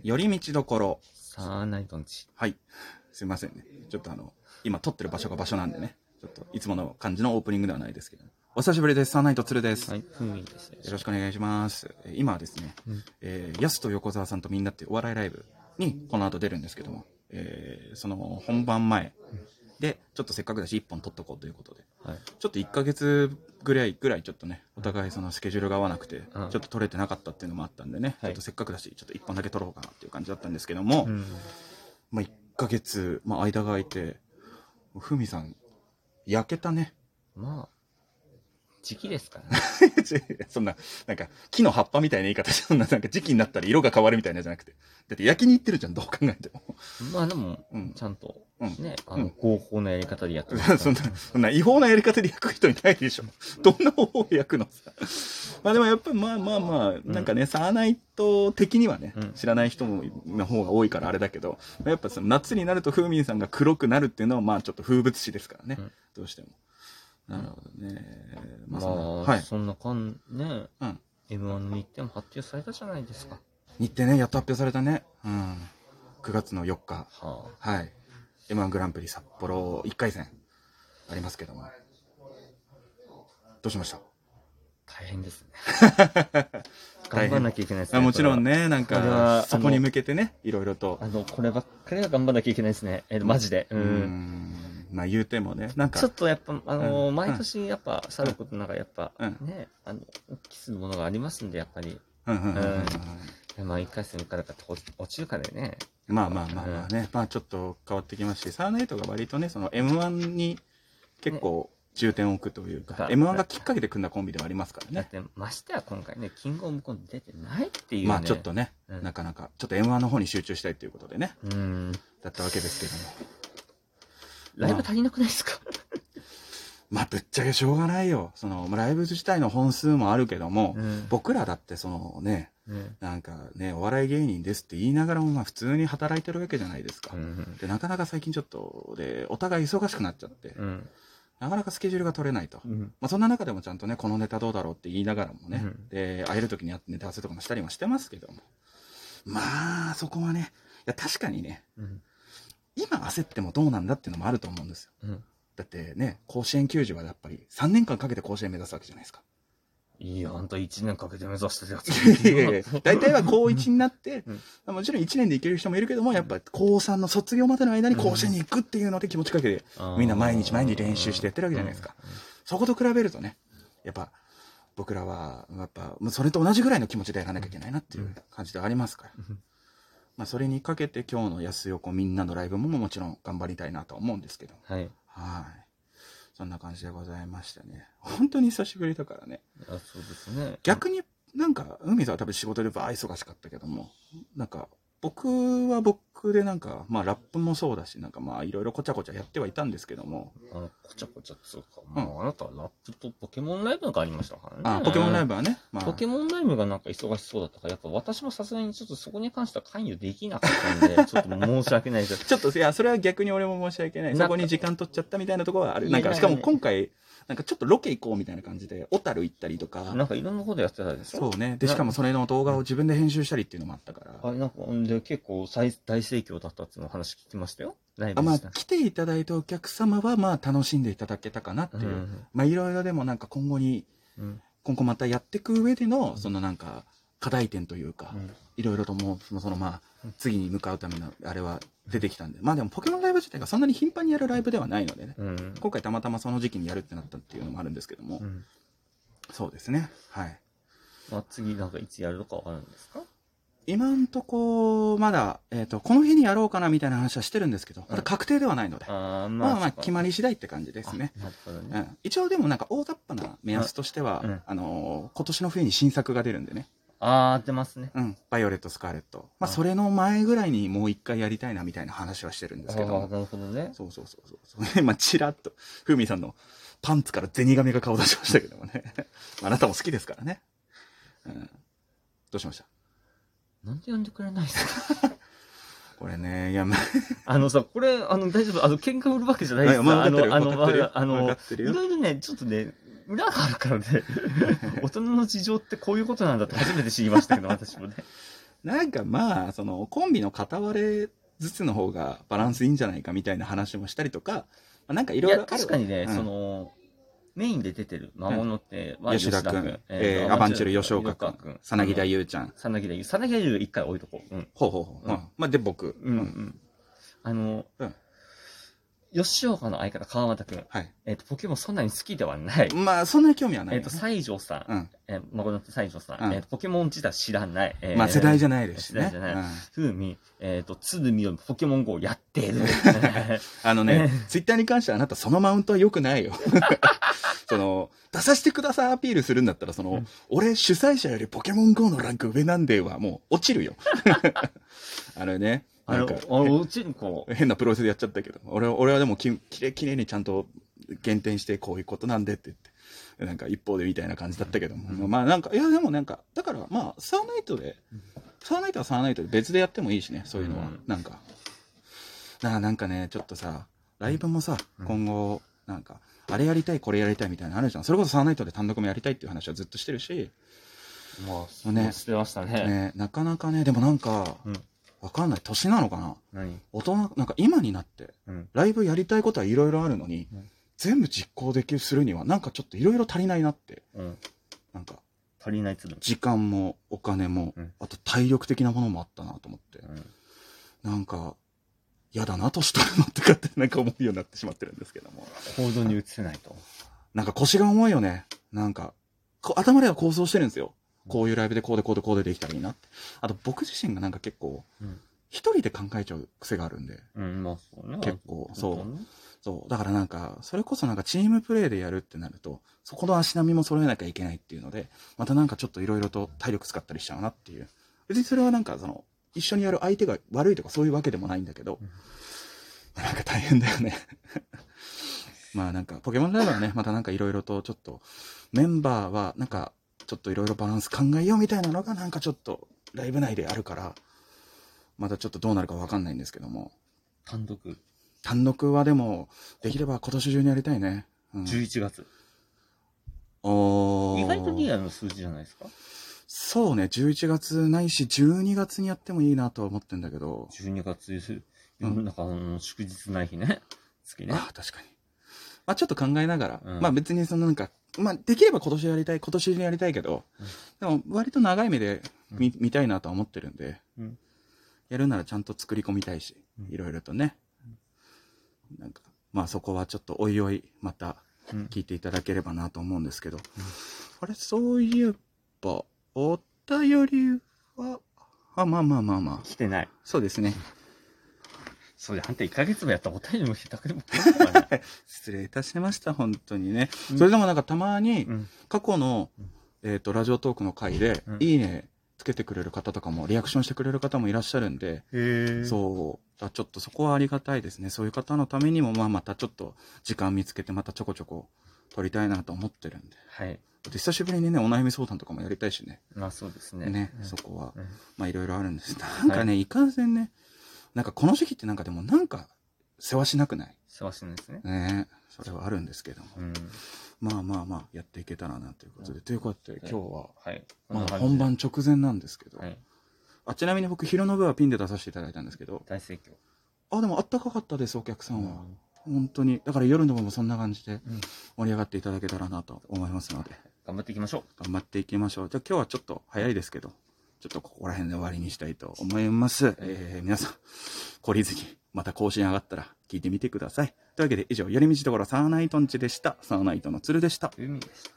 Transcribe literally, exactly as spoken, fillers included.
寄り道どころ。 サーナイトンチ。 はい。すいませんね。ちょっとあの、今撮ってる場所が場所なんでね。ちょっといつもの感じのオープニングではないですけど。お久しぶりです。サーナイトツルです。 はい、ふみです。 よろしくお願いします。今はですね、うん、えー、ヤスと横澤さんとみんなっていうお笑いライブにこの後出るんですけども、えー、その本番前で、ちょっとせっかくだし一本撮っとこうということで、はい、ちょっといっかげつぐらいぐらいちょっとね、お互いそのスケジュールが合わなくて、うん、ちょっと撮れてなかったっていうのもあったんでね、はい、ちょっとせっかくだし、ちょっと一本だけ撮ろうかなっていう感じだったんですけども、うん、まあいっかげつ、まあ間が空いて、ふみさん、焼けたね。 まあ、時期ですからね。 そんな、なんか、木の葉っぱみたいな言い方して、そんな、なんか時期になったら色が変わるみたいなじゃなくて。だって焼きに行ってるじゃん、どう考えても。 まあでも、うん、ちゃんと、ね、うん、あの、合法なやり方で焼く、 ね。そんな、そんな違法なやり方で焼く人いないでしょ。どんな方法で焼くのさ。まあでもやっぱりまあまあまあ、なんかね、うん、サーナイト的にはね、うん、知らない人もの方が多いからあれだけど、やっぱその夏になるとフーミンさんが黒くなるっていうのはまあちょっと風物詩ですからね。うん、どうしても。なるほどね。 まあ、まあ、はい、そんな感じね、うん、エムワン の日程も発表されたじゃないですか。 日程ね、やっと発表されたね。うん。くがつのよっか。はあ、はい。エムワン グランプリ札幌いっかい戦ありますけども。どうしました？ 大変ですね。頑張んなきゃいけないですね。 もちろんね、なんか、そこに向けてね、いろいろと。 あの、こればっかりは頑張んなきゃいけないですね。えー、マジで。うん。 うんまあ言うてもね、なんか。 ちょっとやっぱ、あのーうん、毎年やっぱ、さることながらやっぱ、うん、ね、あの、期するものがありますんで、やっぱり。うんうんうんうん。まあいっかい戦からか落ちるかでね。 まあまあまあまあね、うん、まあちょっと変わってきますし、サーナイトが割とね、その エムワン に結構重点を置くというか、ね、エムワン がきっかけで組んだコンビではありますからね。 だってましては今回ね、キングオブコント出てないっていうね。 まあちょっとね、うん、なかなか、ちょっと エムワン の方に集中したいということでね、うん、だったわけですけども。 ライブ足りなくないですか？ まあぶっちゃけしょうがないよ。そのライブ自体の本数もあるけども、うん、僕らだってそのね、うん、なんかねお笑い芸人ですって言いながらもまあ普通に働いてるわけじゃないですか。うん、でなかなか最近ちょっとでお互い忙しくなっちゃって、うん、なかなかスケジュールが取れないと。うん、まあそんな中でもちゃんとねこのネタどうだろうって言いながらもね、うん、で会える時にネタ合わせとかもしたりもしてますけども、まあそこはね、いや確かにね。うん今焦ってもどうなんだっていうのもあると思うんですよ。うん、だってね、甲子園球児はやっぱりさんねんかんかけて甲子園目指すわけじゃないですか。 いいよ、あんたいちねんかけて目指してるやつ。 いやいや大体は高いちになって、うん、もちろんいちねんで行ける人もいるけども、やっぱ高さんの卒業までの間に甲子園に行くっていうので気持ちかけて、うん、みんな毎日毎日練習してやってるわけじゃないですか。うん、そこと比べるとね、やっぱ僕らは、やっぱそれと同じぐらいの気持ちでやらなきゃいけないなっていう感じではありますから。うんまあそれにかけて今日の安横みんなのライブももちろん頑張りたいなと思うんですけど。はい。はい。そんな感じでございましたね。本当に久しぶりだからね。 あ、そうですね。 逆になんか、海さんは多分仕事でばー忙しかったけども、なんか、僕は僕でなんか、まあラップもそうだし、なんかまあいろいろこちゃこちゃやってはいたんですけども。 あの、こちゃこちゃっつうか、まあ、うん、あなたはラップとポケモンライブがありましたからね。 あ、ポケモンライブはね。 まあ、ポケモンライブがなんか忙しそうだったから、やっぱ私もさすがにちょっとそこに関しては関与できなかったんで、ちょっと申し訳ないです。 ちょっと、いや、それは逆に俺も申し訳ない。そこに時間取っちゃったみたいなところはある。なんか、しかも今回、なんかちょっとロケ行こうみたいな感じで、小樽行ったりとか。 なんかいろんなことやってたでしょ。 そうね。で、しかもそれの動画を自分で編集したりっていうのもあったから。 あ、なんか、で、結構大盛況だったっていうの話聞きましたよ。ライブあ、まあ、来ていただいたお客様は、まあ、楽しんでいただけたかなっていう。うん、まあ、いろいろでもなんか今後に、うん、今後またやっていく上での、そのなんか、課題点というか、いろいろともう、その、そのまあ、次に向かうための、あれは出てきたんで。まあでも、ポケモンライブ自体がそんなに頻繁にやるライブではないのでね。うん、今回たまたまその時期にやるってなったっていうのもあるんですけども。うん、そうですね。はい。 まあ、次なんかいつやるのかわかるんですか？ 今んとこ、まだ、えっと、この日にやろうかなみたいな話はしてるんですけど、まだ確定ではないので、うん、あまあまあ、決まり次第って感じですね。なるほどね。うん、一応でもなんか大雑把な目安としては、うん、あのー、今年の冬に新作が出るんでね。 あー、出ますね。 うん。バイオレット・スカーレット。まあ、それの前ぐらいにもう一回やりたいなみたいな話はしてるんですけど。 ああ、なるほどね。 そうそうそうそう。まあ、チラッと、ふうみんさんのパンツからゼニガメが顔出しましたけどもね。あなたも好きですからね。うん。どうしました？ なんで呼んでくれないですか？ これね、いや、まあ、あのさ、これ、あの、大丈夫、あの、喧嘩売るわけじゃないですか。あの、あの、あの、いろいろね、ちょっとね、裏があるからね、大人の事情ってこういうことなんだって初めて知りましたけど、私もね。 なんかまあ、その、コンビの片割れずつの方がバランスいいんじゃないかみたいな話もしたりとか、まあ、なんかいろいろある。 確かにね、うん、その、メインで出てる魔物って、 うん、吉田くん、えー、アバンチュル吉岡くん、さなぎだゆうちゃん。 さなぎだゆう、さなぎだゆう一回置いとこう。うん。 ほうほうほう。うん、まあ、で、僕。 うんうん。あの、うん、吉岡の相方、川又くん。はい。えっと、ポケモンそんなに好きではない。 まあ、そんなに興味はない、 ね。えっと、西条さん。うん。えー、孫の西条さん。 うん、 えっと、ポケモン自体知らない。 えー、まあ、世代じゃないですしね。 世代じゃない。ふうみ、えっと、つるみよポケモン ゴー やってる。 あのね、ツイッターに関してはあなたそのマウントは良くないよ。その、出させてくださいアピールするんだったら、その、うん、俺主催者よりポケモン ゴー のランク上なんではもう落ちるよ。あれね。 なんか、あれ、うちにこう。変なプロセスやっちゃったけど、俺は、俺はでもき、きれいきれいにちゃんと減点してこういうことなんでって言って、なんか一方でみたいな感じだったけども、うん、まあなんか、いやでもなんか、だからまあ、サーナイトで、サーナイトはサーナイトで別でやってもいいしね、そういうのは。うん、なんか。だからなんかね、ちょっとさ、ライブもさ、うん、今後、なんか、あれやりたい、これやりたいみたいなのあるじゃん。それこそサーナイトで単独もやりたいっていう話はずっとしてるし、 まあ、ね、してましたね。 ね、なかなかね、でもなんか、うん、わかんない。年なのかな。何大人、なんか今になって、うん、ライブやりたいことはいろいろあるのに、うん、全部実行できるするには、なんかちょっといろいろ足りないなって。うん、なんか、 足りないつる。 時間もお金も、うん、あと体力的なものもあったなと思って。うん、なんか、嫌だな、年取るのってかってなんか思うようになってしまってるんですけども。 行動に移せないと。 なんか腰が重いよね。なんか、頭では構想してるんですよ。こういうライブでこうでこうでこうでできたらいいなって。あと僕自身がなんか結構、一人で考えちゃう癖があるんで。 うん、まあそうね。 結構、そう。そう。だからなんか、それこそなんかチームプレイでやるってなると、そこの足並みも揃えなきゃいけないっていうので、またなんかちょっといろいろと体力使ったりしちゃうなっていう。別にそれはなんかその、一緒にやる相手が悪いとかそういうわけでもないんだけど、うん、なんか大変だよね。まあなんか、ポケモンライブはね、またなんかいろいろとちょっと、メンバーはなんか、ちょっといろいろバランス考えようみたいなのがなんかちょっとライブ内であるから、またちょっとどうなるかわかんないんですけども。 単独単独はでも、できれば今年中にやりたいね。 うん、じゅういちがつ。 おー。 意外とリアルの数字じゃないですか？ そうね、じゅういちがつないし、じゅうにがつにやってもいいなとは思ってんだけど。 じゅうにがつです。世の中の祝日ない日ね。月ね。 ああ、確かに。まあちょっと考えながら、うん、まあ別にそのなんか、まあできれば今年やりたい、今年中にやりたいけど、うん、でも割と長い目で見、うん、見たいなとは思ってるんで、うん、やるならちゃんと作り込みたいし、いろいろとね。なんか、まあそこはちょっとおいおいまた聞いていただければなと思うんですけど、あれ、そういえば、お便りは、あ、まあまあまあまあ。 来てない。 そうですね。 そうで、あんたいっかげつもやったらお便りもひたくでも来るかね。失礼いたしました、本当にね。うん、それでもなんかたまに、過去の、うん、えっと、ラジオトークの回で、うん、いいねつけてくれる方とかも、リアクションしてくれる方もいらっしゃるんで、 へそう。だちょっとそこはありがたいですね。そういう方のためにも、まあまたちょっと時間見つけて、またちょこちょこ撮りたいなと思ってるんで。 はい。 久しぶりにね、お悩み相談とかもやりたいしね。 まあそうですね。 ね、うん、そこは、うん、まあいろいろあるんです。なんかね、はい、いかんせんね、なんかこの時期ってなんかでもなんか、世話しなくない？ 世話しないですね。 ね、それはあるんですけども。うん、まあまあまあ、やっていけたらなということで。うん、ということで、今日は、はい、まあ本番直前なんですけど、はい、あ、ちなみに僕、昼の部はピンで出させていただいたんですけど、 大盛況。 あ、でもあったかかったです、お客さんは。うん、本当に。だから夜の部もそんな感じで盛り上がっていただけたらなと思いますので。 頑張っていきましょう。頑張っていきましょう。じゃあ今日はちょっと早いですけど、ちょっとここら辺で終わりにしたいと思います。えー、皆さん、懲りずに、また更新上がったら聞いてみてください。というわけで以上、寄り道ところサーナイトンチでした。サーナイトの鶴でした。 海でした。